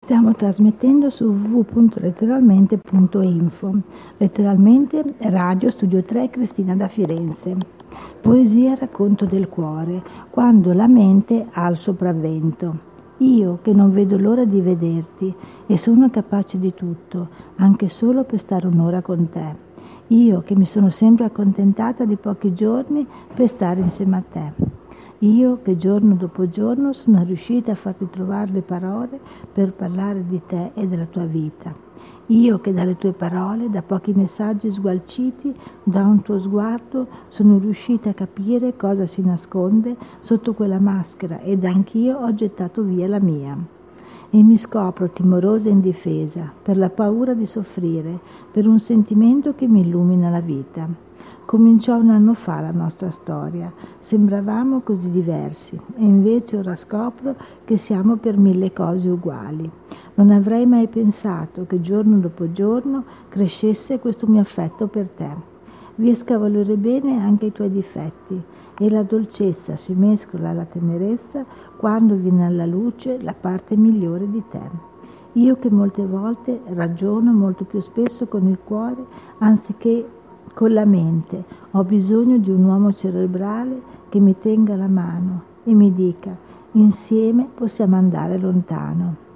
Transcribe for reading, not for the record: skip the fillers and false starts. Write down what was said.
Stiamo trasmettendo su www.letteralmente.info. Letteralmente Radio Studio 3 Cristina da Firenze. Poesia racconto del cuore, quando la mente ha il sopravvento. Io che non vedo l'ora di vederti e sono capace di tutto, anche solo per stare un'ora con te. Io che mi sono sempre accontentata di pochi giorni per stare insieme a te. Io che giorno dopo giorno sono riuscita a farti trovare le parole per parlare di te e della tua vita. Io che dalle tue parole, da pochi messaggi sgualciti, da un tuo sguardo, sono riuscita a capire cosa si nasconde sotto quella maschera ed anch'io ho gettato via la mia. E mi scopro timorosa e indifesa, per la paura di soffrire, per un sentimento che mi illumina la vita. Cominciò 1 anno fa la nostra storia, sembravamo così diversi e invece ora scopro che siamo per 1000 cose uguali. Non avrei mai pensato che giorno dopo giorno crescesse questo mio affetto per te. Riesco a valere bene anche i tuoi difetti e la dolcezza si mescola alla tenerezza quando viene alla luce la parte migliore di te. Io che molte volte ragiono molto più spesso con il cuore anziché con la mente, ho bisogno di un uomo cerebrale che mi tenga la mano e mi dica: insieme possiamo andare lontano.